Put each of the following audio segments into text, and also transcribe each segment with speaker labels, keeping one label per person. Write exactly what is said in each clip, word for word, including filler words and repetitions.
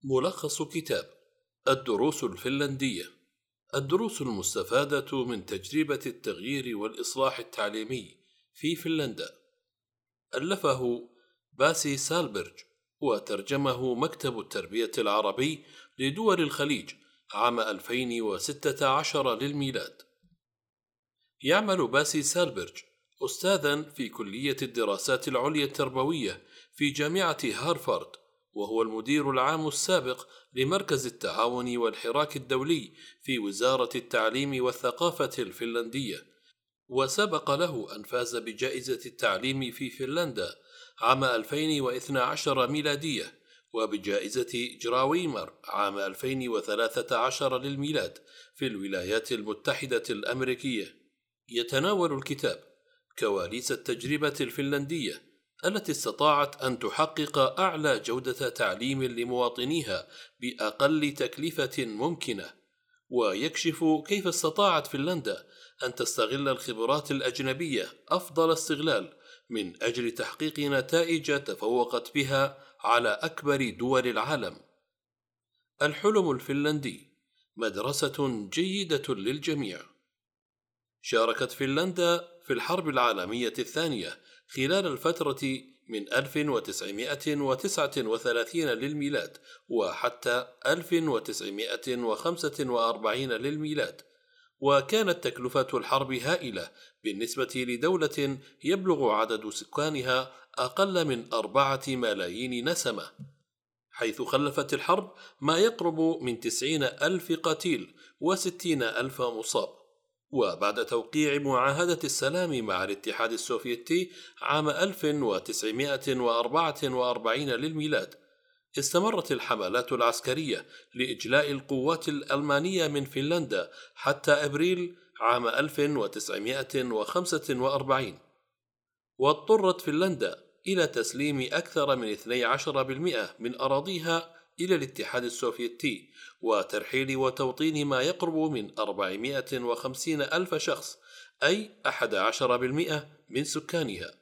Speaker 1: ملخص كتاب الدروس الفنلندية. الدروس المستفادة من تجربة التغيير والإصلاح التعليمي في فنلندا. ألفه باسي سالبرج، وترجمه مكتب التربية العربي لدول الخليج عام ألفين وستة عشر للميلاد. يعمل باسي سالبرج أستاذا في كلية الدراسات العليا التربوية في جامعة هارفارد، وهو المدير العام السابق لمركز التعاون والحراك الدولي في وزارة التعليم والثقافة الفنلندية، وسبق له أن فاز بجائزة التعليم في فنلندا عام ألفين واثني عشر ميلادية، وبجائزة جراويمر عام ألفين وثلاثة عشر للميلاد في الولايات المتحدة الأمريكية. يتناول الكتاب كواليس التجربة الفنلندية التي استطاعت أن تحقق أعلى جودة تعليم لمواطنيها بأقل تكلفة ممكنة، ويكشف كيف استطاعت فنلندا أن تستغل الخبرات الأجنبية أفضل استغلال من أجل تحقيق نتائج تفوقت بها على أكبر دول العالم. الحلم الفنلندي، مدرسة جيدة للجميع. شاركت فنلندا في الحرب العالمية الثانية خلال الفترة من ألف وتسعمائة وتسعة وثلاثين للميلاد وحتى ألف وتسعمائة وخمسة وأربعين للميلاد، وكانت تكلفة الحرب هائلة بالنسبة لدولة يبلغ عدد سكانها أقل من أربعة ملايين نسمة، حيث خلفت الحرب ما يقرب من تسعين ألف قتيل وستين ألف مصاب. وبعد توقيع معاهدة السلام مع الاتحاد السوفيتي عام ألف وتسعمائة وأربعة وأربعين للميلاد، استمرت الحملات العسكرية لإجلاء القوات الألمانية من فنلندا حتى أبريل عام ألف وتسعمائة وخمسة وأربعين، واضطرت فنلندا إلى تسليم أكثر من اثني عشر بالمئة من أراضيها إلى الاتحاد السوفيتي، وترحيل وتوطين ما يقرب من أربعمائة وخمسين ألف شخص، أي أحد عشر بالمئة من سكانها.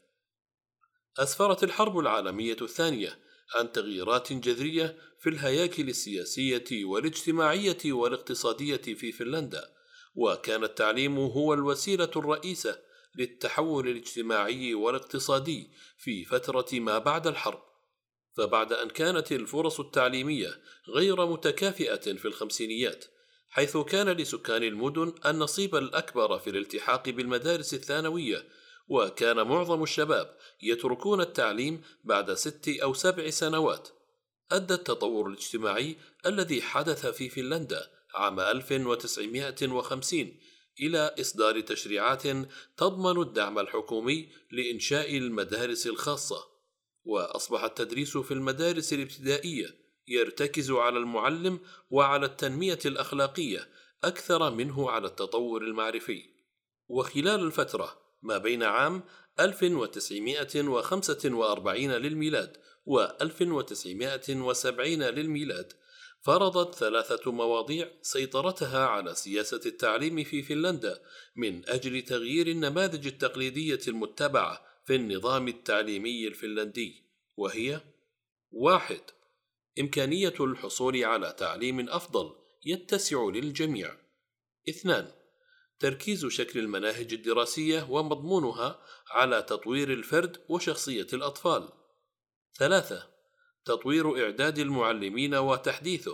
Speaker 1: أسفرت الحرب العالمية الثانية عن تغييرات جذرية في الهياكل السياسية والاجتماعية والاقتصادية في فنلندا، وكان التعليم هو الوسيلة الرئيسة للتحول الاجتماعي والاقتصادي في فترة ما بعد الحرب. فبعد أن كانت الفرص التعليمية غير متكافئة في الخمسينيات، حيث كان لسكان المدن النصيب الأكبر في الالتحاق بالمدارس الثانوية، وكان معظم الشباب يتركون التعليم بعد ست أو سبع سنوات، أدى التطور الاجتماعي الذي حدث في فنلندا عام ألف وتسعمائة وخمسين إلى إصدار تشريعات تضمن الدعم الحكومي لإنشاء المدارس الخاصة، وأصبح التدريس في المدارس الابتدائية يرتكز على المعلم وعلى التنمية الأخلاقية أكثر منه على التطور المعرفي. وخلال الفترة ما بين عام ألف وتسعمائة وخمسة وأربعين للميلاد و ألف وتسعمائة وسبعين للميلاد، فرضت ثلاثة مواضيع سيطرتها على سياسة التعليم في فنلندا من أجل تغيير النماذج التقليدية المتبعة في النظام التعليمي الفنلندي، وهي: واحد. إمكانية الحصول على تعليم أفضل يتسع للجميع. اثنان. تركيز شكل المناهج الدراسية ومضمونها على تطوير الفرد وشخصية الأطفال. ثلاثة. تطوير إعداد المعلمين وتحديثه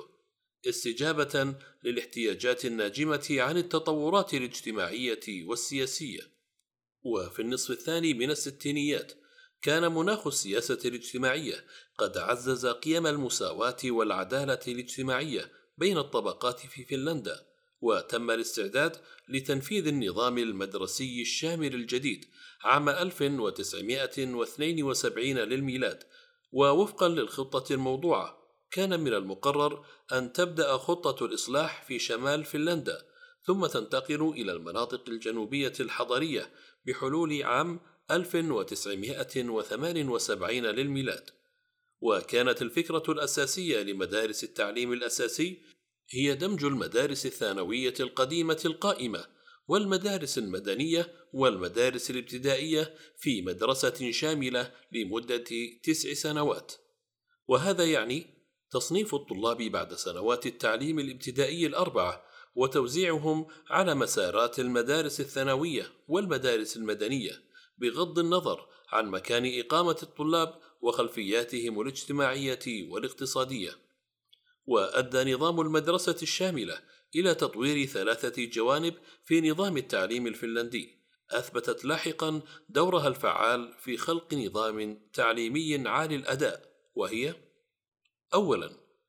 Speaker 1: استجابة للاحتياجات الناجمة عن التطورات الاجتماعية والسياسية. وفي النصف الثاني من الستينيات كان مناخ السياسة الاجتماعية قد عزز قيم المساواة والعدالة الاجتماعية بين الطبقات في فنلندا، وتم الاستعداد لتنفيذ النظام المدرسي الشامل الجديد عام ألف وتسعمائة واثنين وسبعين للميلاد. ووفقا للخطة الموضوعة، كان من المقرر أن تبدأ خطة الإصلاح في شمال فنلندا، ثم تنتقل إلى المناطق الجنوبية الحضرية بحلول عام ألف وتسعمائة وثمانية وسبعين للميلاد. وكانت الفكرة الأساسية لمدارس التعليم الأساسي هي دمج المدارس الثانوية القديمة القائمة والمدارس المدنية والمدارس الابتدائية في مدرسة شاملة لمدة تسع سنوات، وهذا يعني تصنيف الطلاب بعد سنوات التعليم الابتدائي الأربعة وتوزيعهم على مسارات المدارس الثانوية والمدارس المدنية بغض النظر عن مكان إقامة الطلاب وخلفياتهم الاجتماعية والاقتصادية. وأدى نظام المدرسة الشاملة إلى تطوير ثلاثة جوانب في نظام التعليم الفنلندي أثبتت لاحقا دورها الفعال في خلق نظام تعليمي عالي الأداء، وهي: أولا،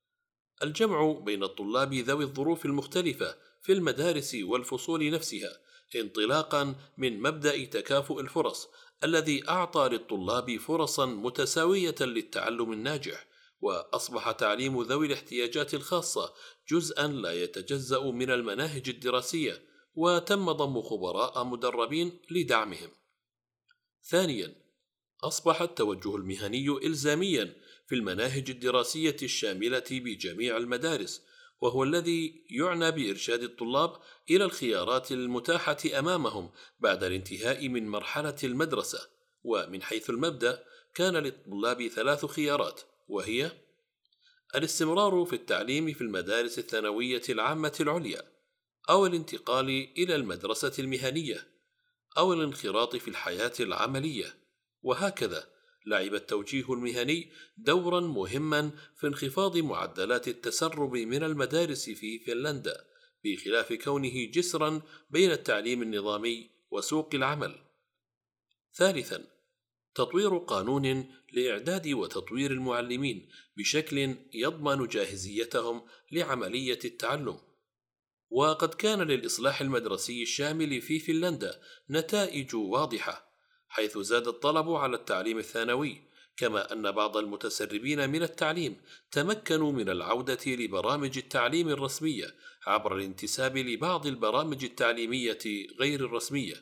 Speaker 1: الجمع بين الطلاب ذوي الظروف المختلفة في المدارس والفصول نفسها انطلاقا من مبدأ تكافؤ الفرص الذي أعطى للطلاب فرصا متساوية للتعلم الناجح، وأصبح تعليم ذوي الاحتياجات الخاصة جزءا لا يتجزأ من المناهج الدراسية، وتم ضم خبراء مدربين لدعمهم. ثانيا، أصبح التوجه المهني إلزاميا في المناهج الدراسية الشاملة بجميع المدارس، وهو الذي يعنى بإرشاد الطلاب إلى الخيارات المتاحة أمامهم بعد الانتهاء من مرحلة المدرسة. ومن حيث المبدأ كان للطلاب ثلاث خيارات، وهي: الاستمرار في التعليم في المدارس الثانوية العامة العليا، أو الانتقال إلى المدرسة المهنية، أو الانخراط في الحياة العملية. وهكذا لعب التوجيه المهني دورا مهما في انخفاض معدلات التسرب من المدارس في فنلندا، بخلاف كونه جسرا بين التعليم النظامي وسوق العمل. ثالثا، تطوير قانون لإعداد وتطوير المعلمين بشكل يضمن جاهزيتهم لعملية التعلم. وقد كان للإصلاح المدرسي الشامل في فنلندا نتائج واضحة، حيث زاد الطلب على التعليم الثانوي، كما أن بعض المتسربين من التعليم تمكنوا من العودة لبرامج التعليم الرسمية عبر الانتساب لبعض البرامج التعليمية غير الرسمية.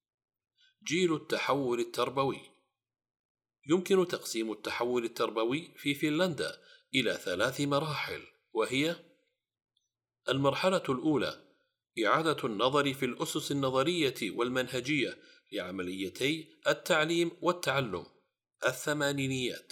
Speaker 1: جيل التحول التربوي. يمكن تقسيم التحول التربوي في فنلندا إلى ثلاث مراحل، وهي: المرحلة الأولى، إعادة النظر في الأسس النظرية والمنهجية لعمليتي التعليم والتعلم، الثمانينيات.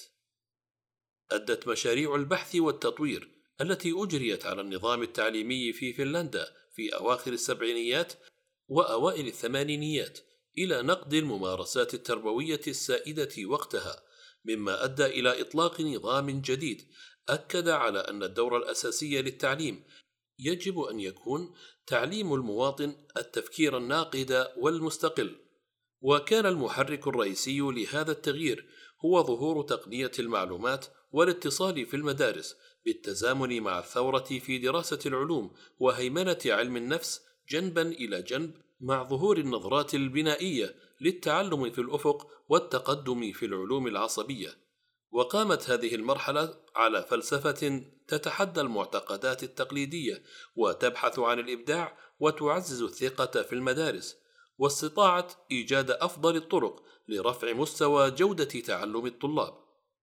Speaker 1: أدت مشاريع البحث والتطوير التي أجريت على النظام التعليمي في فنلندا في أواخر السبعينيات وأوائل الثمانينيات إلى نقد الممارسات التربوية السائدة وقتها، مما أدى إلى إطلاق نظام جديد أكد على أن الدور الأساسي للتعليم يجب أن يكون تعليم المواطن التفكير الناقد والمستقل. وكان المحرك الرئيسي لهذا التغيير هو ظهور تقنية المعلومات والاتصال في المدارس بالتزامن مع الثورة في دراسة العلوم وهيمنة علم النفس جنبا إلى جنب مع ظهور النظرات البنائية للتعلم في الأفق والتقدم في العلوم العصبية. وقامت هذه المرحلة على فلسفة تتحدى المعتقدات التقليدية وتبحث عن الإبداع وتعزز الثقة في المدارس، واستطاعت إيجاد أفضل الطرق لرفع مستوى جودة تعلم الطلاب.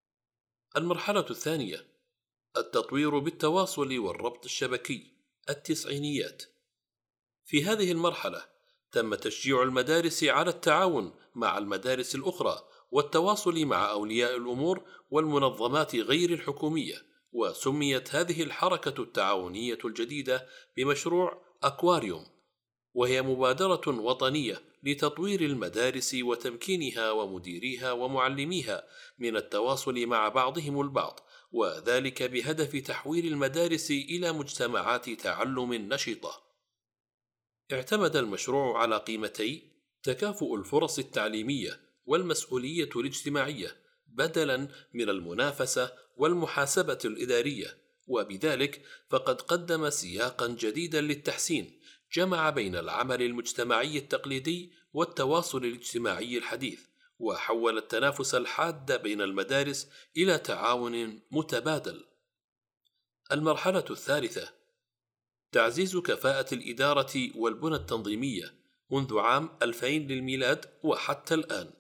Speaker 1: المرحلة الثانية، التطوير بالتواصل والربط الشبكي، التسعينيات. في هذه المرحلة تم تشجيع المدارس على التعاون مع المدارس الأخرى والتواصل مع أولياء الأمور والمنظمات غير الحكومية، وسميت هذه الحركة التعاونية الجديدة بمشروع أكواريوم، وهي مبادرة وطنية لتطوير المدارس وتمكينها ومديريها ومعلميها من التواصل مع بعضهم البعض، وذلك بهدف تحويل المدارس إلى مجتمعات تعلم نشطة. اعتمد المشروع على قيمتي تكافؤ الفرص التعليمية والمسؤولية الاجتماعية بدلا من المنافسة والمحاسبة الإدارية، وبذلك فقد قدم سياقا جديدا للتحسين جمع بين العمل المجتمعي التقليدي والتواصل الاجتماعي الحديث، وحول التنافس الحاد بين المدارس إلى تعاون متبادل. المرحلة الثالثة، تعزيز كفاءة الإدارة والبنى التنظيمية منذ عام ألفين للميلاد وحتى الآن.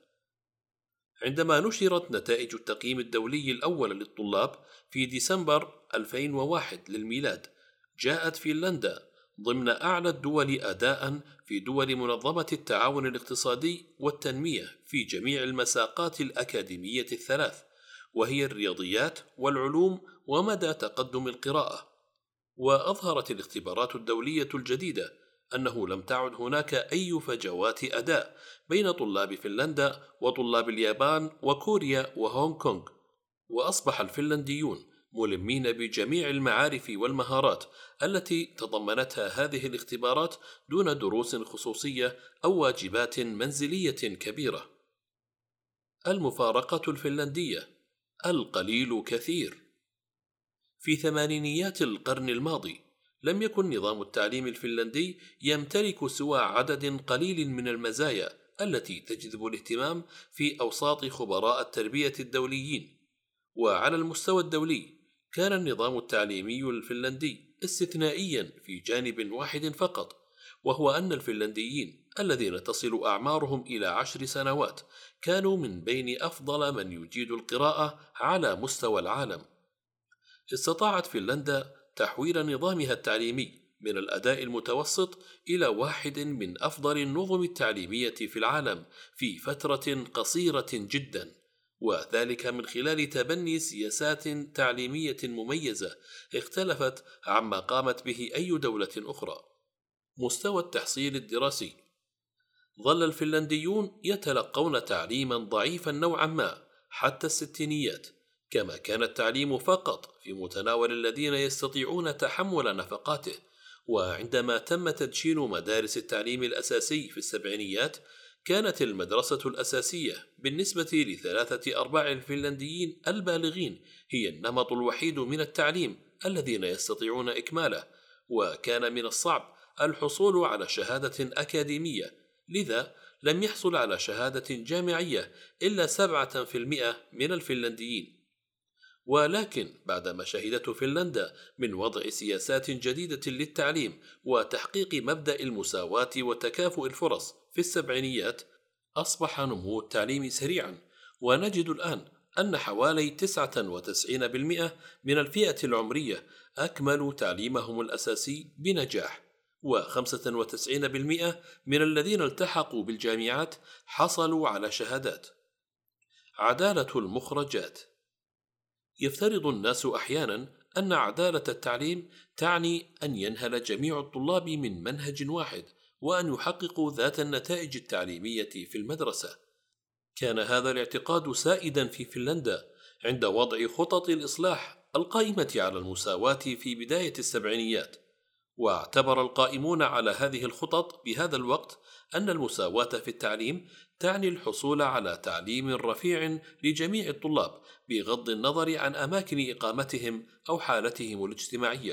Speaker 1: عندما نشرت نتائج التقييم الدولي الأول للطلاب في ديسمبر ألفين وواحد للميلاد، جاءت فنلندا ضمن أعلى الدول أداءً في دول منظمة التعاون الاقتصادي والتنمية في جميع المساقات الأكاديمية الثلاث، وهي الرياضيات والعلوم ومدى تقدم القراءة. وأظهرت الاختبارات الدولية الجديدة أنه لم تعد هناك أي فجوات أداء بين طلاب فنلندا وطلاب اليابان وكوريا وهونغ كونغ، وأصبح الفنلنديون ملمين بجميع المعارف والمهارات التي تضمنتها هذه الاختبارات دون دروس خصوصية أو واجبات منزلية كبيرة. المفارقة الفنلندية: القليل كثير. في ثمانينيات القرن الماضي لم يكن نظام التعليم الفنلندي يمتلك سوى عدد قليل من المزايا التي تجذب الاهتمام في أوساط خبراء التربية الدوليين. وعلى المستوى الدولي كان النظام التعليمي الفنلندي استثنائيا في جانب واحد فقط، وهو أن الفنلنديين الذين تصل أعمارهم إلى عشر سنوات كانوا من بين أفضل من يجيد القراءة على مستوى العالم. استطاعت فنلندا تحويل نظامها التعليمي من الأداء المتوسط إلى واحد من أفضل النظم التعليمية في العالم في فترة قصيرة جدا، وذلك من خلال تبني سياسات تعليمية مميزة اختلفت عما قامت به أي دولة أخرى. مستوى التحصيل الدراسي: ظل الفنلنديون يتلقون تعليما ضعيفا نوعا ما حتى الستينيات، كما كان التعليم فقط في متناول الذين يستطيعون تحمل نفقاته. وعندما تم تدشين مدارس التعليم الأساسي في السبعينيات كانت المدرسة الأساسية بالنسبة لثلاثة أرباع الفنلنديين البالغين هي النمط الوحيد من التعليم الذين يستطيعون إكماله، وكان من الصعب الحصول على شهادة أكاديمية، لذا لم يحصل على شهادة جامعية إلا سبعة في المئة من الفنلنديين. ولكن بعدما شهدت فنلندا من وضع سياسات جديدة للتعليم وتحقيق مبدأ المساواة وتكافؤ الفرص في السبعينيات، أصبح نمو التعليم سريعا، ونجد الآن أن حوالي تسعة وتسعين بالمئة من الفئة العمرية أكملوا تعليمهم الأساسي بنجاح، وخمسة وتسعين بالمئة من الذين التحقوا بالجامعات حصلوا على شهادات. عدالة المخرجات: يفترض الناس أحيانا أن عدالة التعليم تعني أن ينهل جميع الطلاب من منهج واحد وأن يحققوا ذات النتائج التعليمية في المدرسة. كان هذا الاعتقاد سائدا في فنلندا عند وضع خطط الإصلاح القائمة على المساواة في بداية السبعينيات، واعتبر القائمون على هذه الخطط بهذا الوقت أن المساواة في التعليم تعني الحصول على تعليم رفيع لجميع الطلاب بغض النظر عن أماكن إقامتهم أو حالتهم الاجتماعية.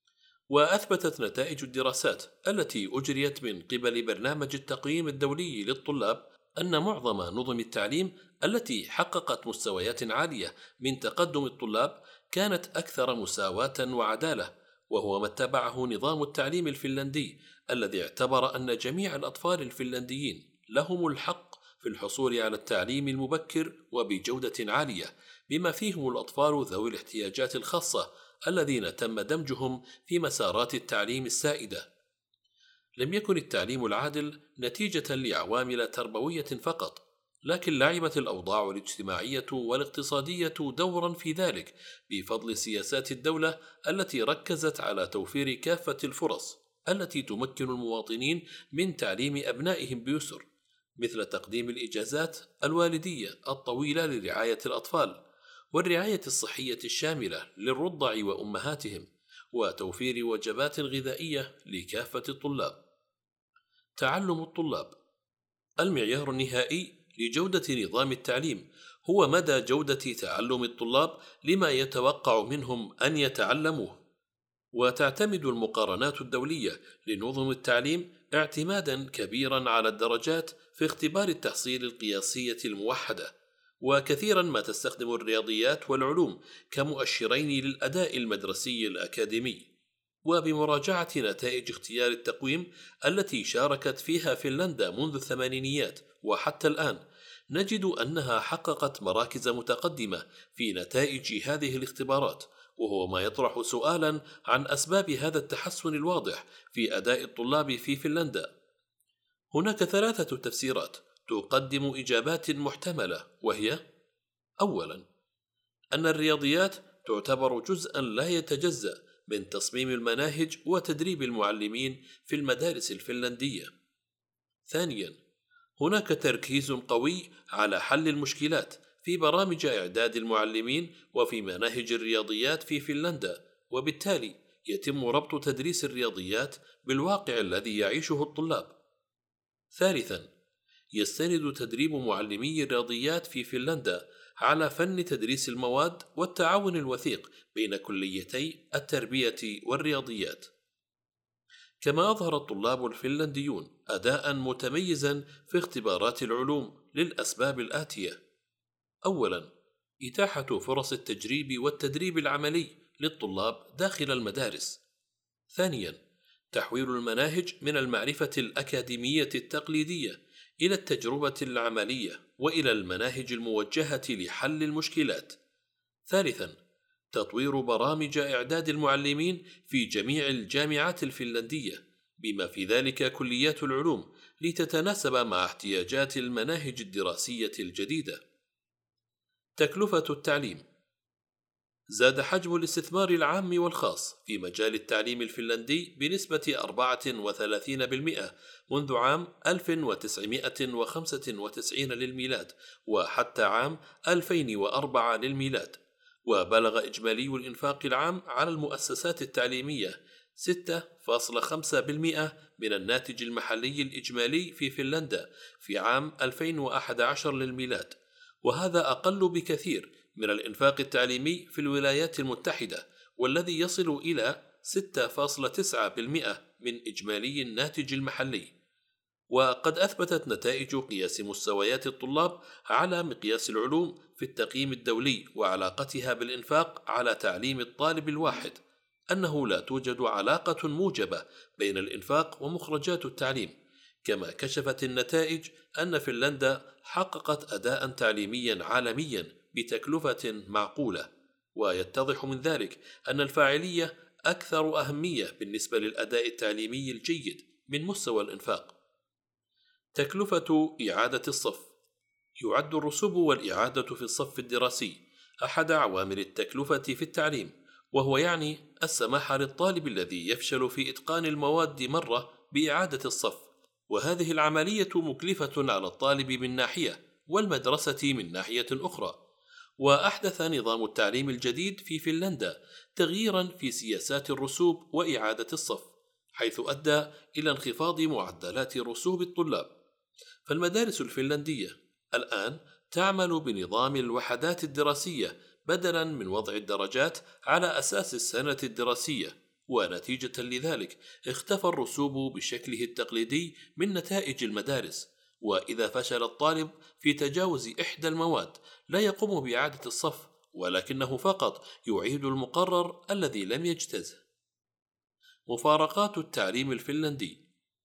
Speaker 1: وأثبتت نتائج الدراسات التي أجريت من قبل برنامج التقييم الدولي للطلاب أن معظم نظم التعليم التي حققت مستويات عالية من تقدم الطلاب كانت أكثر مساواة وعدالة، وهو ما اتبعه نظام التعليم الفنلندي الذي اعتبر أن جميع الأطفال الفنلنديين لهم الحق في الحصول على التعليم المبكر وبجودة عالية، بما فيهم الأطفال ذوي الاحتياجات الخاصة الذين تم دمجهم في مسارات التعليم السائدة. لم يكن التعليم العادل نتيجة لعوامل تربوية فقط، لكن لعبت الأوضاع الاجتماعية والاقتصادية دورا في ذلك بفضل سياسات الدولة التي ركزت على توفير كافة الفرص التي تمكن المواطنين من تعليم أبنائهم بيسر، مثل تقديم الإجازات الوالدية الطويلة لرعاية الأطفال، والرعاية الصحية الشاملة للرضع وأمهاتهم، وتوفير وجبات غذائية لكافة الطلاب. تعلم الطلاب: المعيار النهائي لجودة نظام التعليم هو مدى جودة تعلم الطلاب لما يتوقع منهم أن يتعلموه. وتعتمد المقارنات الدولية لنظم التعليم اعتمادا كبيرا على الدرجات في اختبار التحصيل القياسية الموحدة، وكثيرا ما تستخدم الرياضيات والعلوم كمؤشرين للأداء المدرسي الأكاديمي. وبمراجعة نتائج اختيار التقويم التي شاركت فيها فنلندا منذ الثمانينيات وحتى الآن، نجد أنها حققت مراكز متقدمة في نتائج هذه الاختبارات، وهو ما يطرح سؤالا عن أسباب هذا التحسن الواضح في أداء الطلاب في فنلندا. هناك ثلاثة تفسيرات تقدم إجابات محتملة، وهي: أولا، أن الرياضيات تعتبر جزءا لا يتجزأ من تصميم المناهج وتدريب المعلمين في المدارس الفنلندية. ثانيا، هناك تركيز قوي على حل المشكلات في برامج إعداد المعلمين وفي مناهج الرياضيات في فنلندا، وبالتالي يتم ربط تدريس الرياضيات بالواقع الذي يعيشه الطلاب. ثالثا، يستند تدريب معلمي الرياضيات في فنلندا على فن تدريس المواد والتعاون الوثيق بين كليتي التربية والرياضيات. كما أظهر الطلاب الفنلنديون أداء متميزا في اختبارات العلوم للأسباب الآتية: أولا، إتاحة فرص التجريب والتدريب العملي للطلاب داخل المدارس. ثانيا، تحويل المناهج من المعرفة الأكاديمية التقليدية إلى التجربة العملية وإلى المناهج الموجهة لحل المشكلات. ثالثا، تطوير برامج إعداد المعلمين في جميع الجامعات الفنلندية بما في ذلك كليات العلوم لتتناسب مع احتياجات المناهج الدراسية الجديدة. تكلفة التعليم: زاد حجم الاستثمار العام والخاص في مجال التعليم الفنلندي بنسبة أربعة وثلاثين بالمئة منذ عام ألف وتسعمائة وخمسة وتسعين للميلاد وحتى عام ألفين وأربعة للميلاد، وبلغ إجمالي الإنفاق العام على المؤسسات التعليمية ستة فاصلة خمسة بالمئة من الناتج المحلي الإجمالي في فنلندا في عام ألفين وأحد عشر للميلاد، وهذا أقل بكثير من الإنفاق التعليمي في الولايات المتحدة والذي يصل إلى ستة فاصلة تسعة بالمئة من إجمالي الناتج المحلي. وقد أثبتت نتائج قياس مستويات الطلاب على مقياس العلوم في التقييم الدولي وعلاقتها بالإنفاق على تعليم الطالب الواحد أنه لا توجد علاقة موجبة بين الإنفاق ومخرجات التعليم. كما كشفت النتائج أن فنلندا حققت أداء تعليميا عالميا بتكلفة معقولة، ويتضح من ذلك أن الفاعلية أكثر أهمية بالنسبة للأداء التعليمي الجيد من مستوى الإنفاق. تكلفة إعادة الصف: يعد الرسوب والإعادة في الصف الدراسي أحد عوامل التكلفة في التعليم، وهو يعني السماح للطالب الذي يفشل في إتقان المواد مرة بإعادة الصف، وهذه العملية مكلفة على الطالب من ناحية والمدرسة من ناحية أخرى. وأحدث نظام التعليم الجديد في فنلندا تغييرا في سياسات الرسوب وإعادة الصف، حيث أدى إلى انخفاض معدلات رسوب الطلاب. فالمدارس الفنلندية الآن تعمل بنظام الوحدات الدراسية بدلا من وضع الدرجات على أساس السنة الدراسية، ونتيجة لذلك اختفى الرسوب بشكله التقليدي من نتائج المدارس. وإذا فشل الطالب في تجاوز إحدى المواد لا يقوم بإعادة الصف، ولكنه فقط يعيد المقرر الذي لم يجتزه. مفارقات التعليم الفنلندي: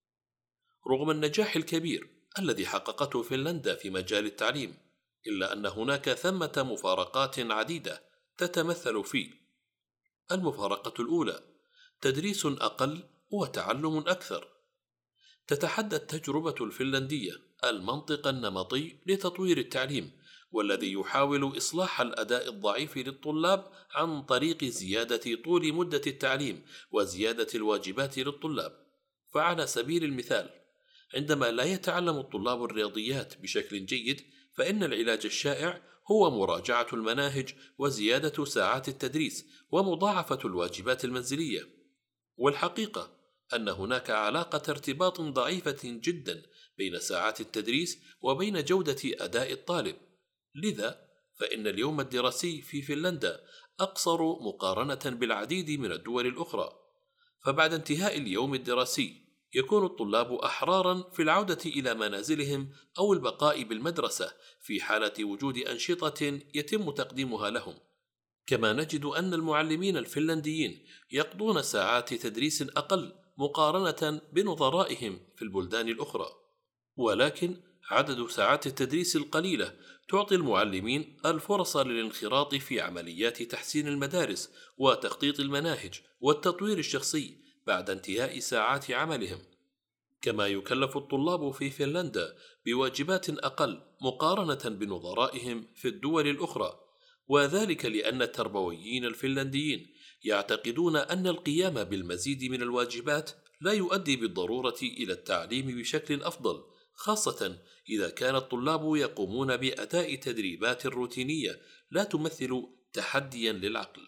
Speaker 1: رغم النجاح الكبير الذي حققته فنلندا في مجال التعليم، إلا أن هناك ثمة مفارقات عديدة تتمثل في: المفارقة الأولى، تدريس أقل وتعلم أكثر. تتحدى التجربة الفنلندية المنطق النمطي لتطوير التعليم، والذي يحاول إصلاح الأداء الضعيف للطلاب عن طريق زيادة طول مدة التعليم وزيادة الواجبات للطلاب. فعلى سبيل المثال، عندما لا يتعلم الطلاب الرياضيات بشكل جيد، فإن العلاج الشائع هو مراجعة المناهج وزيادة ساعات التدريس ومضاعفة الواجبات المنزلية. والحقيقة أن هناك علاقة ارتباط ضعيفة جدا بين ساعات التدريس وبين جودة أداء الطالب. لذا فإن اليوم الدراسي في فنلندا أقصر مقارنة بالعديد من الدول الأخرى. فبعد انتهاء اليوم الدراسي يكون الطلاب أحرارا في العودة إلى منازلهم أو البقاء بالمدرسة في حالة وجود أنشطة يتم تقديمها لهم. كما نجد أن المعلمين الفنلنديين يقضون ساعات تدريس أقل مقارنة بنظرائهم في البلدان الأخرى، ولكن عدد ساعات التدريس القليلة تعطي المعلمين الفرص للانخراط في عمليات تحسين المدارس وتخطيط المناهج والتطوير الشخصي بعد انتهاء ساعات عملهم. كما يكلف الطلاب في فنلندا بواجبات أقل مقارنة بنظرائهم في الدول الأخرى، وذلك لأن التربويين الفنلنديين يعتقدون أن القيام بالمزيد من الواجبات لا يؤدي بالضرورة إلى التعليم بشكل أفضل، خاصة إذا كان الطلاب يقومون بأداء تدريبات روتينية لا تمثل تحديا للعقل.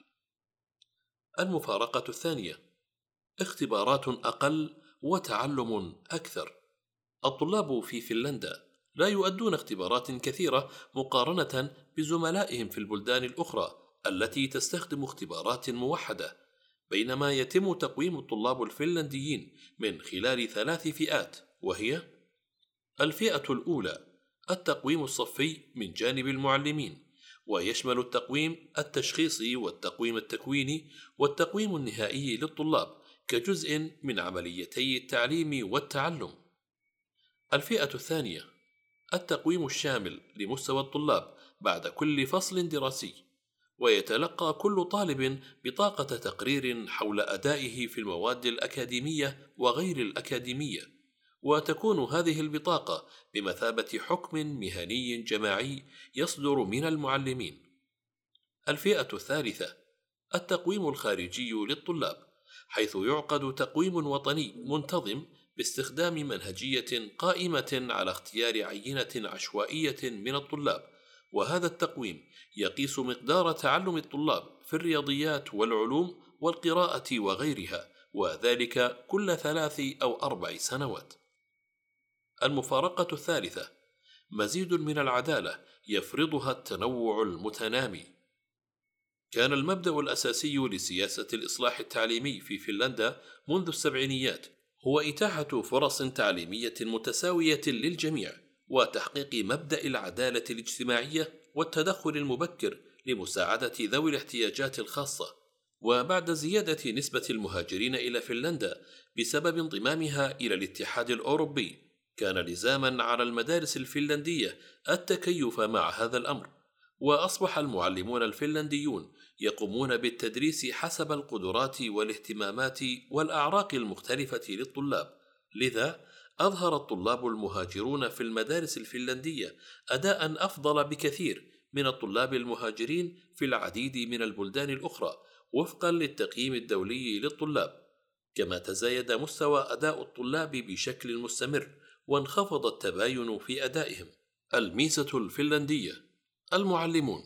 Speaker 1: المفارقة الثانية: اختبارات أقل وتعلم أكثر. الطلاب في فنلندا لا يؤدون اختبارات كثيرة مقارنة بزملائهم في البلدان الأخرى التي تستخدم اختبارات موحدة، بينما يتم تقويم الطلاب الفنلنديين من خلال ثلاث فئات، وهي: الفئة الأولى التقويم الصفي من جانب المعلمين، ويشمل التقويم التشخيصي والتقويم التكويني والتقويم النهائي للطلاب كجزء من عمليتي التعليم والتعلم. الفئة الثانية التقويم الشامل لمستوى الطلاب بعد كل فصل دراسي، ويتلقى كل طالب بطاقة تقرير حول أدائه في المواد الأكاديمية وغير الأكاديمية، وتكون هذه البطاقة بمثابة حكم مهني جماعي يصدر من المعلمين. الفئة الثالثة التقويم الخارجي للطلاب، حيث يعقد تقويم وطني منتظم باستخدام منهجية قائمة على اختيار عينة عشوائية من الطلاب، وهذا التقويم يقيس مقدار تعلم الطلاب في الرياضيات والعلوم والقراءة وغيرها، وذلك كل ثلاث أو أربع سنوات. المفارقة الثالثة مزيد من العدالة يفرضها التنوع المتنامي. كان المبدأ الأساسي لسياسة الإصلاح التعليمي في فنلندا منذ السبعينيات هو إتاحة فرص تعليمية متساوية للجميع، وتحقيق مبدأ العدالة الاجتماعية والتدخل المبكر لمساعدة ذوي الاحتياجات الخاصة. وبعد زيادة نسبة المهاجرين إلى فنلندا بسبب انضمامها إلى الاتحاد الأوروبي، كان لزاما على المدارس الفنلندية التكيف مع هذا الأمر، وأصبح المعلمون الفنلنديون يقومون بالتدريس حسب القدرات والاهتمامات والأعراق المختلفة للطلاب. لذا أظهر الطلاب المهاجرون في المدارس الفنلندية أداء أفضل بكثير من الطلاب المهاجرين في العديد من البلدان الأخرى وفقا للتقييم الدولي للطلاب، كما تزايد مستوى أداء الطلاب بشكل مستمر وانخفض التباين في أدائهم. الميزة الفنلندية: المعلمون.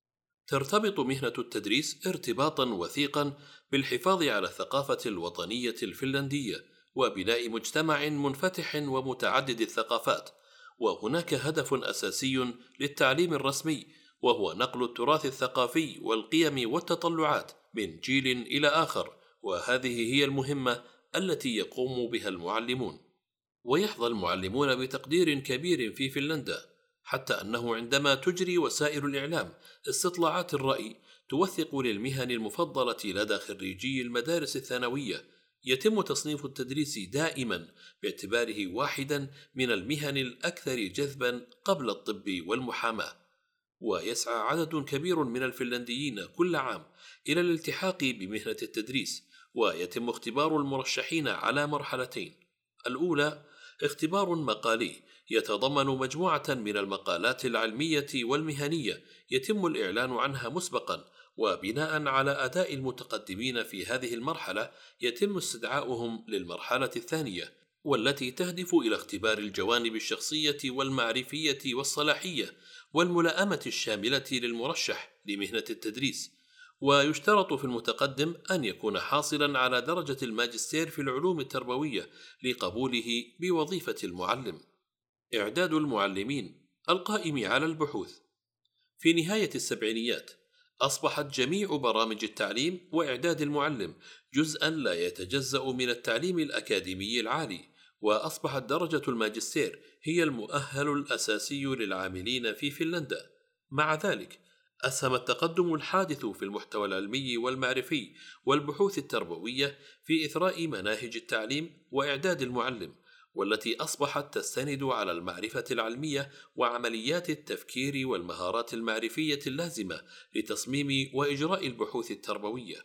Speaker 1: ترتبط مهنة التدريس ارتباطا وثيقا بالحفاظ على الثقافة الوطنية الفنلندية وبناء مجتمع منفتح ومتعدد الثقافات، وهناك هدف أساسي للتعليم الرسمي، وهو نقل التراث الثقافي والقيم والتطلعات من جيل إلى آخر، وهذه هي المهمة التي يقوم بها المعلمون. ويحظى المعلمون بتقدير كبير في فنلندا، حتى أنه عندما تجري وسائل الإعلام استطلاعات الرأي توثق للمهن المفضلة لدى خريجي المدارس الثانوية، يتم تصنيف التدريس دائما باعتباره واحدا من المهن الأكثر جذبا قبل الطب والمحاماة. ويسعى عدد كبير من الفنلنديين كل عام إلى الالتحاق بمهنة التدريس، ويتم اختبار المرشحين على مرحلتين: الأولى اختبار مقالي يتضمن مجموعة من المقالات العلمية والمهنية يتم الإعلان عنها مسبقا، وبناء على أداء المتقدمين في هذه المرحلة يتم استدعاؤهم للمرحلة الثانية، والتي تهدف إلى اختبار الجوانب الشخصية والمعرفية والصلاحية والملائمة الشاملة للمرشح لمهنة التدريس. ويشترط في المتقدم أن يكون حاصلا على درجة الماجستير في العلوم التربوية لقبوله بوظيفة المعلم. إعداد المعلمين القائم على البحوث. في نهاية السبعينيات أصبحت جميع برامج التعليم وإعداد المعلم جزءا لا يتجزأ من التعليم الأكاديمي العالي، وأصبحت درجة الماجستير هي المؤهل الأساسي للعاملين في فنلندا. مع ذلك أسهم التقدم الحادث في المحتوى العلمي والمعرفي والبحوث التربوية في إثراء مناهج التعليم وإعداد المعلم، والتي أصبحت تستند على المعرفة العلمية وعمليات التفكير والمهارات المعرفية اللازمة لتصميم وإجراء البحوث التربوية.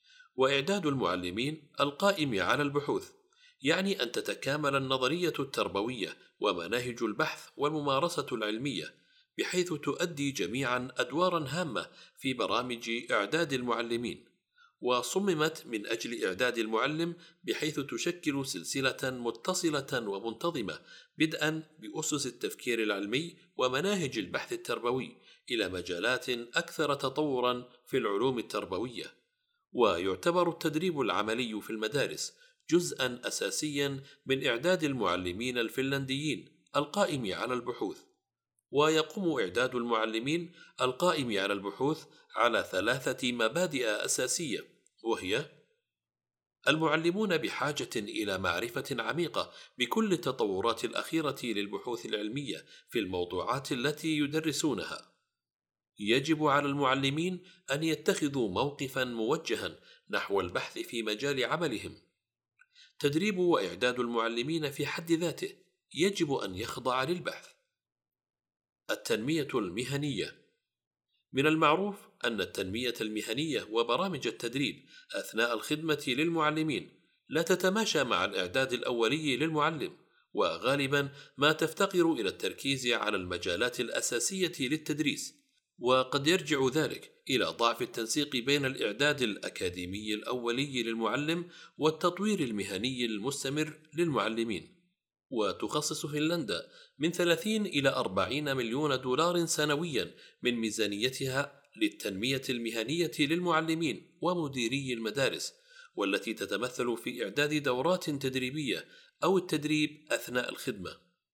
Speaker 1: وإعداد المعلمين القائم على البحوث يعني أن تتكامل النظرية التربوية ومناهج البحث والممارسة العلمية، بحيث تؤدي جميعا أدوارا هامة في برامج إعداد المعلمين، وصممت من أجل إعداد المعلم بحيث تشكل سلسلة متصلة ومنتظمة بدءا بأسس التفكير العلمي ومناهج البحث التربوي إلى مجالات أكثر تطورا في العلوم التربوية. ويعتبر التدريب العملي في المدارس جزءا أساسيا من إعداد المعلمين الفنلنديين القائم على البحوث. ويقوم إعداد المعلمين القائم على البحوث على ثلاثة مبادئ أساسية، وهي: المعلمون بحاجة إلى معرفة عميقة بكل التطورات الأخيرة للبحوث العلمية في الموضوعات التي يدرسونها. يجب على المعلمين أن يتخذوا موقفا موجها نحو البحث في مجال عملهم. تدريب وإعداد المعلمين في حد ذاته يجب أن يخضع للبحث. التنمية المهنية. من المعروف أن التنمية المهنية وبرامج التدريب أثناء الخدمة للمعلمين لا تتماشى مع الإعداد الأولي للمعلم، وغالبا ما تفتقر إلى التركيز على المجالات الأساسية للتدريس، وقد يرجع ذلك إلى ضعف التنسيق بين الإعداد الأكاديمي الأولي للمعلم والتطوير المهني المستمر للمعلمين. وتخصص فنلندا من ثلاثين إلى أربعين مليون دولار سنويا من ميزانيتها للتنمية المهنية للمعلمين ومديري المدارس، والتي تتمثل في إعداد دورات تدريبية أو التدريب أثناء الخدمة.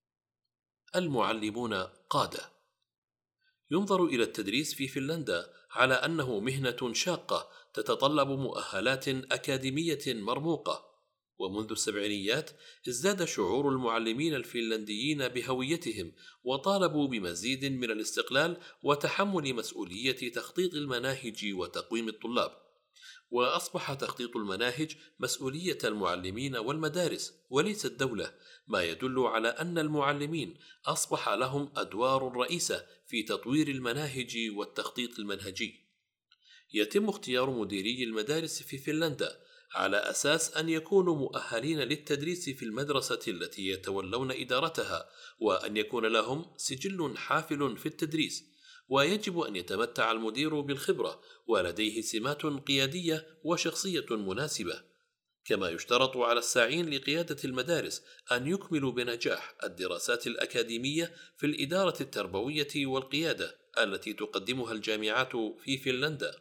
Speaker 1: المعلمون قادة. ينظر إلى التدريس في فنلندا على أنه مهنة شاقة تتطلب مؤهلات أكاديمية مرموقة، ومنذ السبعينيات ازداد شعور المعلمين الفنلنديين بهويتهم وطالبوا بمزيد من الاستقلال وتحمل مسؤولية تخطيط المناهج وتقويم الطلاب. وأصبح تخطيط المناهج مسؤولية المعلمين والمدارس وليس الدولة، ما يدل على أن المعلمين أصبح لهم أدوار رئيسة في تطوير المناهج والتخطيط المنهجي. يتم اختيار مديري المدارس في فنلندا على أساس أن يكونوا مؤهلين للتدريس في المدرسة التي يتولون إدارتها، وأن يكون لهم سجل حافل في التدريس، ويجب أن يتمتع المدير بالخبرة ولديه سمات قيادية وشخصية مناسبة. كما يشترط على الساعين لقيادة المدارس أن يكملوا بنجاح الدراسات الأكاديمية في الإدارة التربوية والقيادة التي تقدمها الجامعات في فنلندا.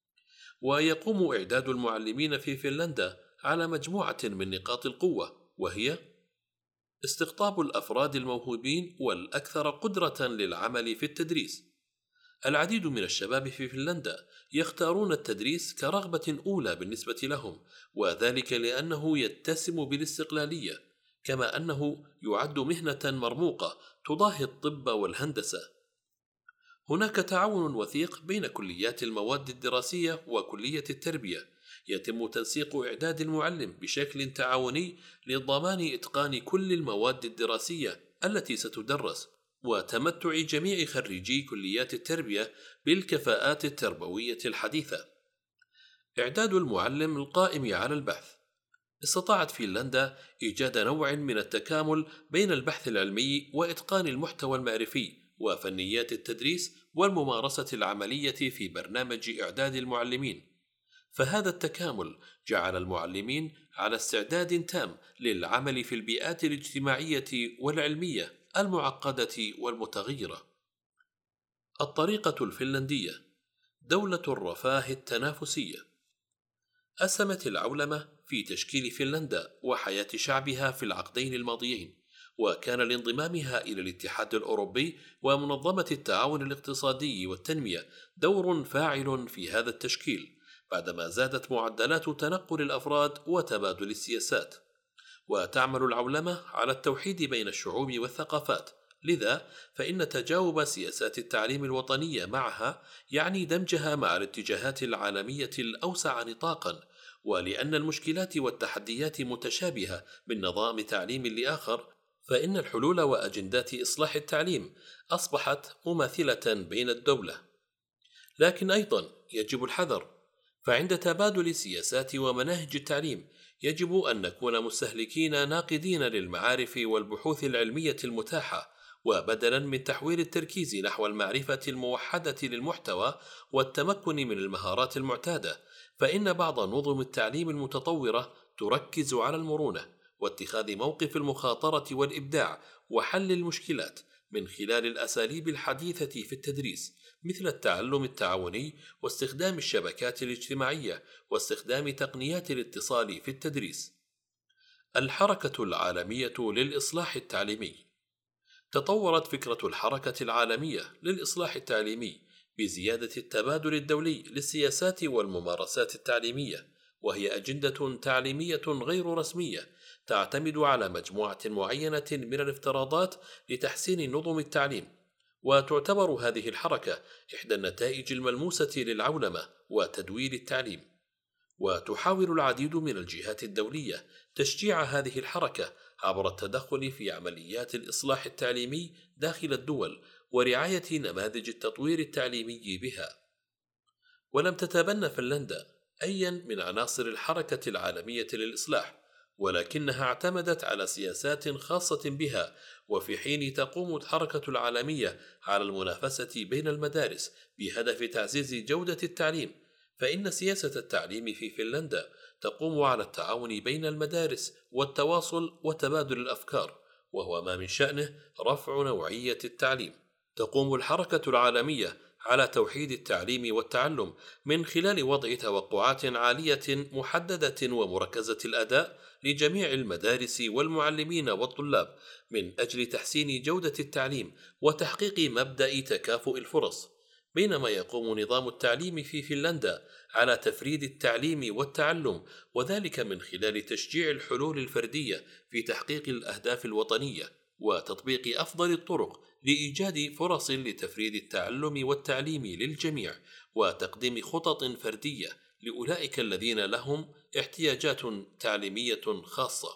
Speaker 1: ويقوم إعداد المعلمين في فنلندا على مجموعة من نقاط القوة، وهي: استقطاب الأفراد الموهوبين والأكثر قدرة للعمل في التدريس. العديد من الشباب في فنلندا يختارون التدريس كرغبة أولى بالنسبة لهم، وذلك لأنه يتسم بالاستقلالية، كما أنه يعد مهنة مرموقة تضاهي الطب والهندسة. هناك تعاون وثيق بين كليات المواد الدراسية وكلية التربية، يتم تنسيق إعداد المعلم بشكل تعاوني لضمان إتقان كل المواد الدراسية التي ستدرس، وتمتع جميع خريجي كليات التربية بالكفاءات التربوية الحديثة. إعداد المعلم القائم على البحث. استطاعت فنلندا إيجاد نوع من التكامل بين البحث العلمي وإتقان المحتوى المعرفي وفنيات التدريس والممارسة العملية في برنامج إعداد المعلمين. فهذا التكامل جعل المعلمين على استعداد تام للعمل في البيئات الاجتماعية والعلمية المعقدة والمتغيرة. الطريقة الفنلندية، دولة الرفاه التنافسية. أسهمت العولمة في تشكيل فنلندا وحياة شعبها في العقدين الماضيين، وكان لانضمامها إلى الاتحاد الأوروبي ومنظمة التعاون الاقتصادي والتنمية دور فاعل في هذا التشكيل، بعدما زادت معدلات تنقل الأفراد وتبادل السياسات. وتعمل العولمة على التوحيد بين الشعوب والثقافات، لذا فإن تجاوب سياسات التعليم الوطنية معها يعني دمجها مع الاتجاهات العالمية الأوسع نطاقا. ولأن المشكلات والتحديات متشابهة من نظام تعليم لآخر، فإن الحلول وأجندات إصلاح التعليم أصبحت مماثلة بين الدولة. لكن أيضا يجب الحذر، فعند تبادل سياسات ومناهج التعليم يجب أن نكون مستهلكين ناقدين للمعارف والبحوث العلمية المتاحة، وبدلا من تحويل التركيز نحو المعرفة الموحدة للمحتوى والتمكن من المهارات المعتادة، فإن بعض نظم التعليم المتطورة تركز على المرونة واتخاذ موقف المخاطرة والإبداع وحل المشكلات من خلال الأساليب الحديثة في التدريس، مثل التعلم التعاوني واستخدام الشبكات الاجتماعية واستخدام تقنيات الاتصال في التدريس. الحركة العالمية للإصلاح التعليمي. تطورت فكرة الحركة العالمية للإصلاح التعليمي بزيادة التبادل الدولي للسياسات والممارسات التعليمية، وهي أجندة تعليمية غير رسمية تعتمد على مجموعة معينة من الافتراضات لتحسين نظم التعليم، وتعتبر هذه الحركة إحدى النتائج الملموسة للعولمة وتدوير التعليم. وتحاول العديد من الجهات الدولية تشجيع هذه الحركة عبر التدخل في عمليات الإصلاح التعليمي داخل الدول ورعاية نماذج التطوير التعليمي بها. ولم تتبنى فنلندا أيا من عناصر الحركة العالمية للإصلاح، ولكنها اعتمدت على سياسات خاصة بها، وفي حين تقوم الحركة العالمية على المنافسة بين المدارس بهدف تعزيز جودة التعليم، فإن سياسة التعليم في فنلندا تقوم على التعاون بين المدارس والتواصل وتبادل الأفكار، وهو ما من شأنه رفع نوعية التعليم. تقوم الحركة العالمية على توحيد التعليم والتعلم من خلال وضع توقعات عالية محددة ومركزة الأداء لجميع المدارس والمعلمين والطلاب من أجل تحسين جودة التعليم وتحقيق مبدأ تكافؤ الفرص، بينما يقوم نظام التعليم في فنلندا على تفريد التعليم والتعلم، وذلك من خلال تشجيع الحلول الفردية في تحقيق الأهداف الوطنية وتطبيق أفضل الطرق لإيجاد فرص لتفريد التعلم والتعليم للجميع، وتقديم خطط فردية لأولئك الذين لهم احتياجات تعليمية خاصة.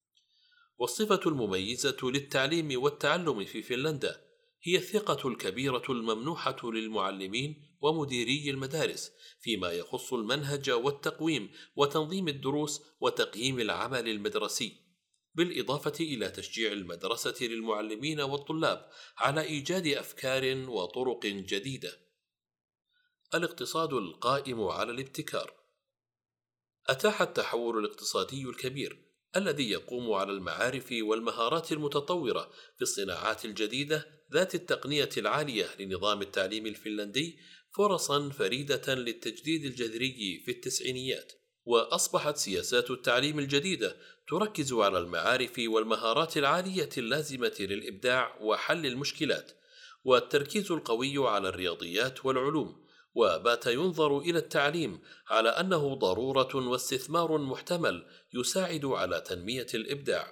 Speaker 1: والصفة المميزة للتعليم والتعلم في فنلندا هي الثقة الكبيرة الممنوحة للمعلمين ومديري المدارس فيما يخص المنهج والتقويم وتنظيم الدروس وتقييم العمل المدرسي، بالإضافة إلى تشجيع المدرسة للمعلمين والطلاب على إيجاد أفكار وطرق جديدة. الاقتصاد القائم على الابتكار. أتاح التحول الاقتصادي الكبير الذي يقوم على المعارف والمهارات المتطورة في الصناعات الجديدة ذات التقنية العالية لنظام التعليم الفنلندي فرصا فريدة للتجديد الجذري في التسعينيات، وأصبحت سياسات التعليم الجديدة تركز على المعارف والمهارات العالية اللازمة للإبداع وحل المشكلات، والتركيز القوي على الرياضيات والعلوم، وبات ينظر إلى التعليم على أنه ضرورة واستثمار محتمل يساعد على تنمية الإبداع.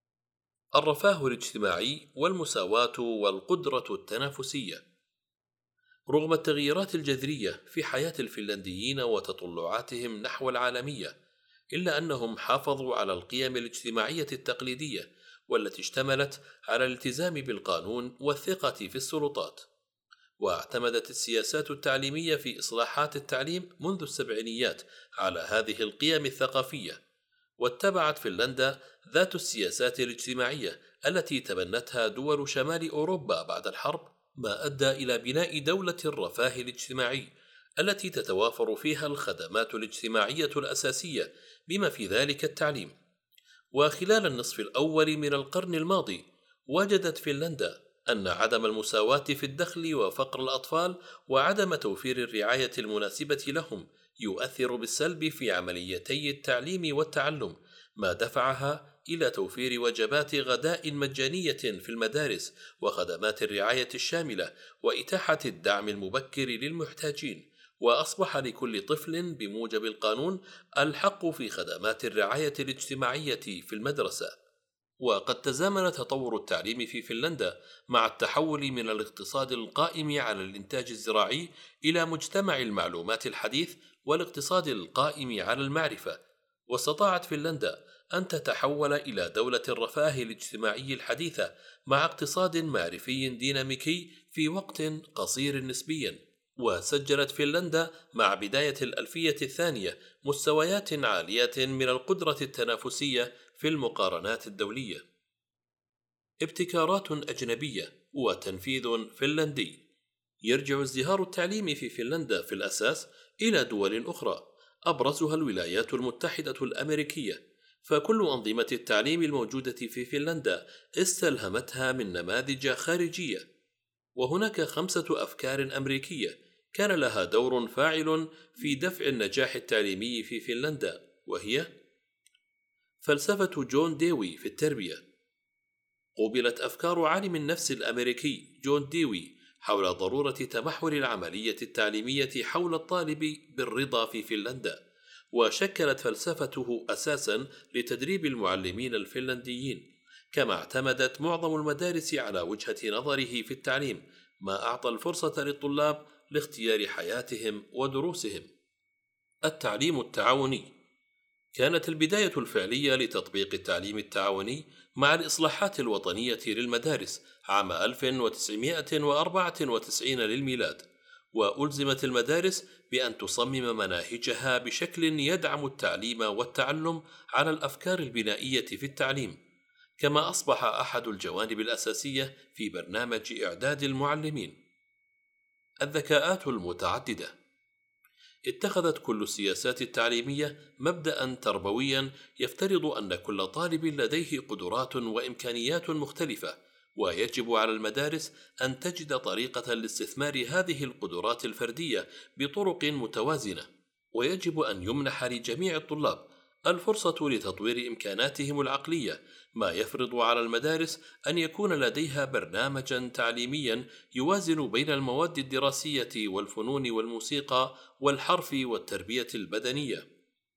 Speaker 1: الرفاه الاجتماعي والمساواة والقدرة التنافسية. رغم التغييرات الجذرية في حياة الفنلنديين وتطلعاتهم نحو العالمية، إلا أنهم حافظوا على القيم الاجتماعية التقليدية والتي اشتملت على الالتزام بالقانون والثقة في السلطات. واعتمدت السياسات التعليمية في إصلاحات التعليم منذ السبعينيات على هذه القيم الثقافية، واتبعت فنلندا ذات السياسات الاجتماعية التي تبنتها دول شمال أوروبا بعد الحرب، ما أدى إلى بناء دولة الرفاه الاجتماعي التي تتوافر فيها الخدمات الاجتماعية الأساسية بما في ذلك التعليم. وخلال النصف الأول من القرن الماضي وجدت فنلندا أن عدم المساواة في الدخل وفقر الأطفال وعدم توفير الرعاية المناسبة لهم يؤثر بالسلب في عمليتي التعليم والتعلم، ما دفعها إلى توفير وجبات غداء مجانية في المدارس وخدمات الرعاية الشاملة وإتاحة الدعم المبكر للمحتاجين، وأصبح لكل طفل بموجب القانون الحق في خدمات الرعاية الاجتماعية في المدرسة. وقد تزامن تطور التعليم في فنلندا مع التحول من الاقتصاد القائم على الإنتاج الزراعي إلى مجتمع المعلومات الحديث والاقتصاد القائم على المعرفة، واستطاعت فنلندا أن تتحول إلى دولة الرفاه الاجتماعي الحديثة مع اقتصاد معرفي ديناميكي في وقت قصير نسبيا. وسجلت فنلندا مع بداية الألفية الثانية مستويات عالية من القدرة التنافسية في المقارنات الدولية. ابتكارات أجنبية وتنفيذ فنلندي. يرجع ازدهار التعليم في فنلندا في الأساس إلى دول أخرى، أبرزها الولايات المتحدة الأمريكية، فكل أنظمة التعليم الموجودة في فنلندا استلهمتها من نماذج خارجية. وهناك خمسة أفكار أمريكية كان لها دور فاعل في دفع النجاح التعليمي في فنلندا، وهي فلسفة جون ديوي في التربية. قُبلت أفكار عالم النفس الأمريكي جون ديوي حول ضرورة تمحور العملية التعليمية حول الطالب بالرضا في فنلندا، وشكلت فلسفته أساساً لتدريب المعلمين الفنلنديين، كما اعتمدت معظم المدارس على وجهة نظره في التعليم، ما أعطى الفرصة للطلاب لاختيار حياتهم ودروسهم. التعليم التعاوني. كانت البداية الفعلية لتطبيق التعليم التعاوني مع الإصلاحات الوطنية للمدارس عام ألف وتسعمائة وأربعة وتسعين للميلاد، وألزمت المدارس بأن تصمم مناهجها بشكل يدعم التعليم والتعلم على الأفكار البنائية في التعليم، كما أصبح أحد الجوانب الأساسية في برنامج إعداد المعلمين. الذكاءات المتعددة. اتخذت كل السياسات التعليمية مبدأ تربويا يفترض أن كل طالب لديه قدرات وإمكانيات مختلفة، ويجب على المدارس أن تجد طريقة لاستثمار هذه القدرات الفردية بطرق متوازنة، ويجب أن يمنح لجميع الطلاب الفرصة لتطوير إمكاناتهم العقلية، ما يفرض على المدارس أن يكون لديها برنامجا تعليميا يوازن بين المواد الدراسية والفنون والموسيقى والحرف والتربية البدنية.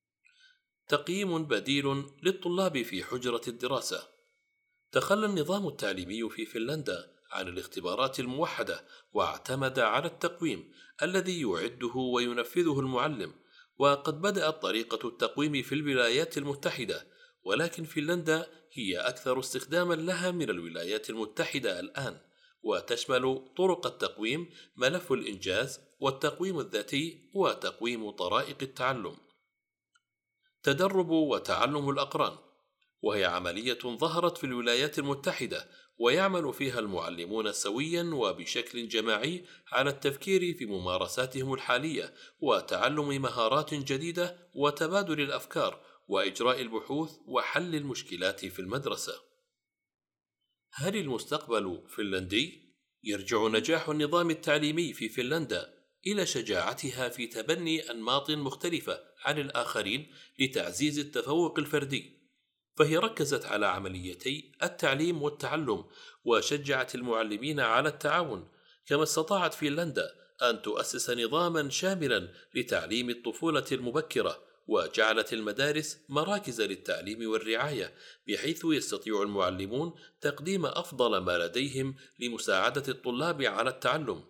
Speaker 1: تقييم بديل للطلاب في حجرة الدراسة. تخلى النظام التعليمي في فنلندا عن الاختبارات الموحدة، واعتمد على التقويم الذي يعده وينفذه المعلم، وقد بدأت طريقة التقويم في الولايات المتحدة، ولكن فنلندا هي أكثر استخداما لها من الولايات المتحدة الآن، وتشمل طرق التقويم ملف الإنجاز والتقويم الذاتي وتقويم طرائق التعلم. تدرب وتعلم الأقران، وهي عملية ظهرت في الولايات المتحدة ويعمل فيها المعلمون سويا وبشكل جماعي على التفكير في ممارساتهم الحالية وتعلم مهارات جديدة وتبادل الأفكار وإجراء البحوث وحل المشكلات في المدرسة. هل المستقبل فنلندي؟ يرجع نجاح النظام التعليمي في فنلندا إلى شجاعتها في تبني أنماط مختلفة عن الآخرين لتعزيز التفوق الفردي، فهي ركزت على عمليتي التعليم والتعلم، وشجعت المعلمين على التعاون، كما استطاعت فنلندا أن تؤسس نظاما شاملا لتعليم الطفولة المبكرة، وجعلت المدارس مراكز للتعليم والرعاية، بحيث يستطيع المعلمون تقديم أفضل ما لديهم لمساعدة الطلاب على التعلم.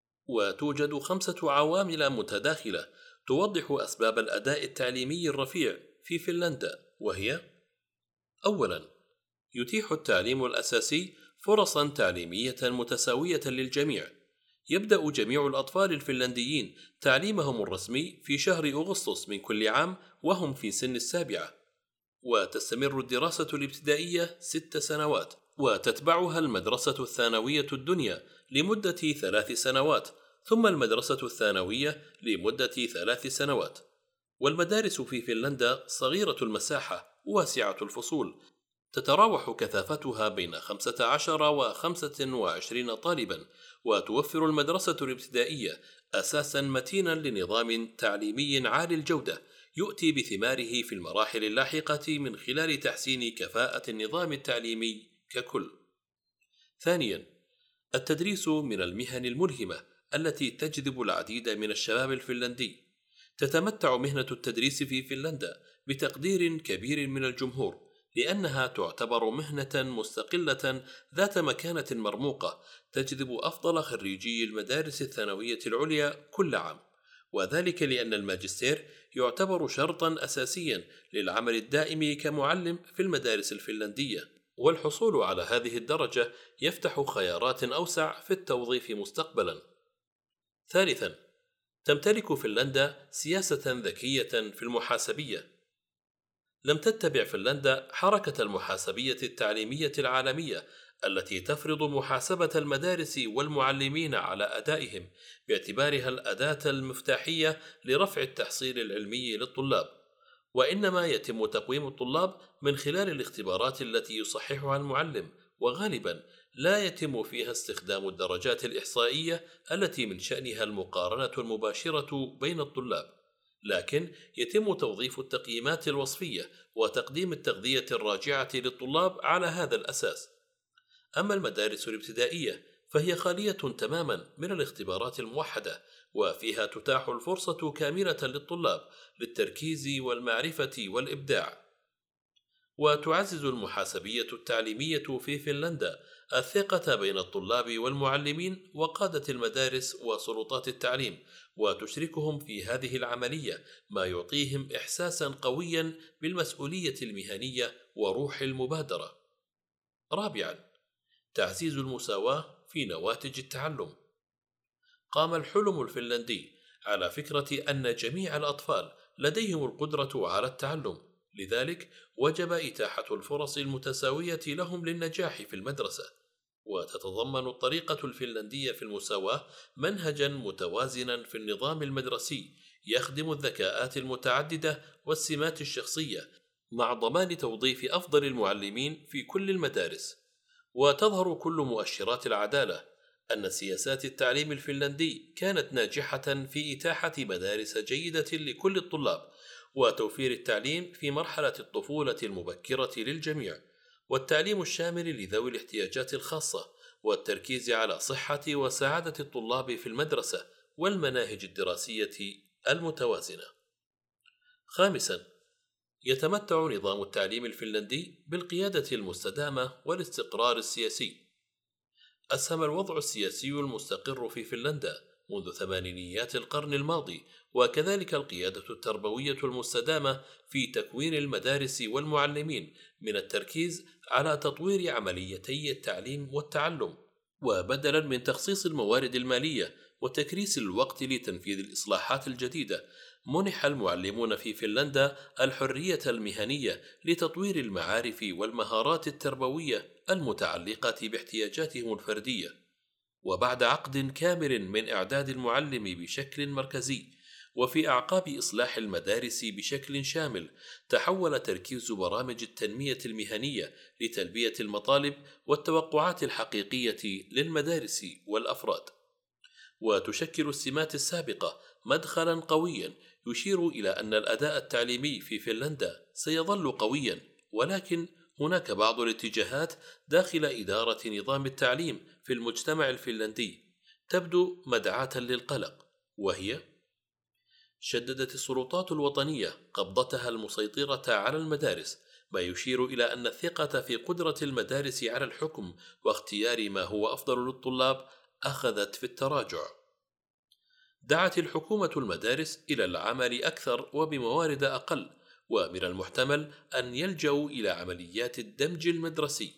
Speaker 1: وتوجد خمسة عوامل متداخلة توضح أسباب الأداء التعليمي الرفيع في فنلندا، وهي: أولاً، يتيح التعليم الأساسي فرصاً تعليمية متساوية للجميع. يبدأ جميع الأطفال الفنلنديين تعليمهم الرسمي في شهر أغسطس من كل عام وهم في سن السابعة، وتستمر الدراسة الابتدائية ست سنوات، وتتبعها المدرسة الثانوية الدنيا لمدة ثلاث سنوات، ثم المدرسة الثانوية لمدة ثلاث سنوات. والمدارس في فنلندا صغيرة المساحة واسعة الفصول، تتراوح كثافتها بين خمسة عشر و خمسة وعشرين طالبا، وتوفر المدرسة الابتدائية أساسا متينا لنظام تعليمي عالي الجودة يؤتي بثماره في المراحل اللاحقة من خلال تحسين كفاءة النظام التعليمي ككل. ثانيا، التدريس من المهن الملهمة التي تجذب العديد من الشباب الفنلندي. تتمتع مهنة التدريس في فنلندا بتقدير كبير من الجمهور، لأنها تعتبر مهنة مستقلة ذات مكانة مرموقة تجذب أفضل خريجي المدارس الثانوية العليا كل عام، وذلك لأن الماجستير يعتبر شرطا أساسيا للعمل الدائم كمعلم في المدارس الفنلندية، والحصول على هذه الدرجة يفتح خيارات أوسع في التوظيف مستقبلا. ثالثا، تمتلك فنلندا سياسة ذكية في المحاسبية. لم تتبع فنلندا حركة المحاسبية التعليمية العالمية التي تفرض محاسبة المدارس والمعلمين على أدائهم باعتبارها الأداة المفتاحية لرفع التحصيل العلمي للطلاب، وإنما يتم تقويم الطلاب من خلال الاختبارات التي يصححها المعلم، وغالبا لا يتم فيها استخدام الدرجات الإحصائية التي من شأنها المقارنة المباشرة بين الطلاب، لكن يتم توظيف التقييمات الوصفية وتقديم التغذية الراجعة للطلاب على هذا الأساس. أما المدارس الابتدائية فهي خالية تماما من الاختبارات الموحدة، وفيها تتاح الفرصة كاملة للطلاب للتركيز والمعرفة والإبداع. وتعزز المحاسبية التعليمية في فنلندا الثقة بين الطلاب والمعلمين وقادة المدارس وسلطات التعليم، وتشركهم في هذه العملية، ما يعطيهم إحساسا قويا بالمسؤولية المهنية وروح المبادرة. رابعا، تعزيز المساواة في نواتج التعلم. قام الحلم الفنلندي على فكرة أن جميع الأطفال لديهم القدرة على التعلم، لذلك وجب إتاحة الفرص المتساوية لهم للنجاح في المدرسة. وتتضمن الطريقة الفنلندية في المساواة منهجا متوازنا في النظام المدرسي يخدم الذكاءات المتعددة والسمات الشخصية، مع ضمان توظيف أفضل المعلمين في كل المدارس. وتظهر كل مؤشرات العدالة أن سياسات التعليم الفنلندي كانت ناجحة في إتاحة مدارس جيدة لكل الطلاب، وتوفير التعليم في مرحلة الطفولة المبكرة للجميع، والتعليم الشامل لذوي الاحتياجات الخاصة، والتركيز على صحة وسعادة الطلاب في المدرسة، والمناهج الدراسية المتوازنة. خامسا، يتمتع نظام التعليم الفنلندي بالقيادة المستدامة والاستقرار السياسي. أسهم الوضع السياسي المستقر في فنلندا منذ ثمانينيات القرن الماضي، وكذلك القيادة التربوية المستدامة في تكوين المدارس والمعلمين، من التركيز على تطوير عمليتي التعليم والتعلم، وبدلا من تخصيص الموارد المالية وتكريس الوقت لتنفيذ الإصلاحات الجديدة، منح المعلمون في فنلندا الحرية المهنية لتطوير المعارف والمهارات التربوية المتعلقة باحتياجاتهم الفردية. وبعد عقد كامل من إعداد المعلم بشكل مركزي، وفي أعقاب إصلاح المدارس بشكل شامل، تحول تركيز برامج التنمية المهنية لتلبية المطالب والتوقعات الحقيقية للمدارس والأفراد. وتشكل السمات السابقة مدخلا قويا يشير إلى أن الأداء التعليمي في فنلندا سيظل قويا، ولكن هناك بعض الاتجاهات داخل إدارة نظام التعليم في المجتمع الفنلندي تبدو مدعاة للقلق، وهي: شددت السلطات الوطنية قبضتها المسيطرة على المدارس، ما يشير إلى أن الثقة في قدرة المدارس على الحكم واختيار ما هو أفضل للطلاب أخذت في التراجع. دعت الحكومة المدارس إلى العمل أكثر وبموارد أقل، ومن المحتمل أن يلجأوا إلى عمليات الدمج المدرسي.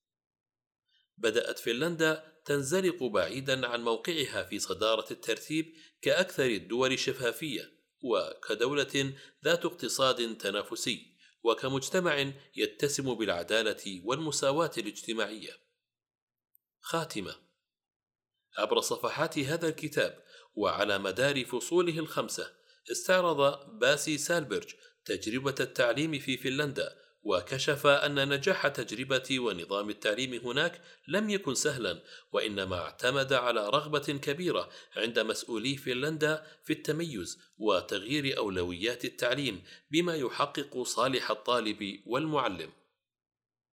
Speaker 1: بدأت فنلندا تنزلق بعيدا عن موقعها في صدارة الترتيب كأكثر الدول شفافية، وكدولة ذات اقتصاد تنافسي، وكمجتمع يتسم بالعدالة والمساواة الاجتماعية. خاتمة. عبر صفحات هذا الكتاب وعلى مدار فصوله الخمسة، استعرض باسي سالبرج تجربة التعليم في فنلندا، وكشف أن نجاح تجربة ونظام التعليم هناك لم يكن سهلا، وإنما اعتمد على رغبة كبيرة عند مسؤولي فنلندا في التميز وتغيير أولويات التعليم بما يحقق صالح الطالب والمعلم.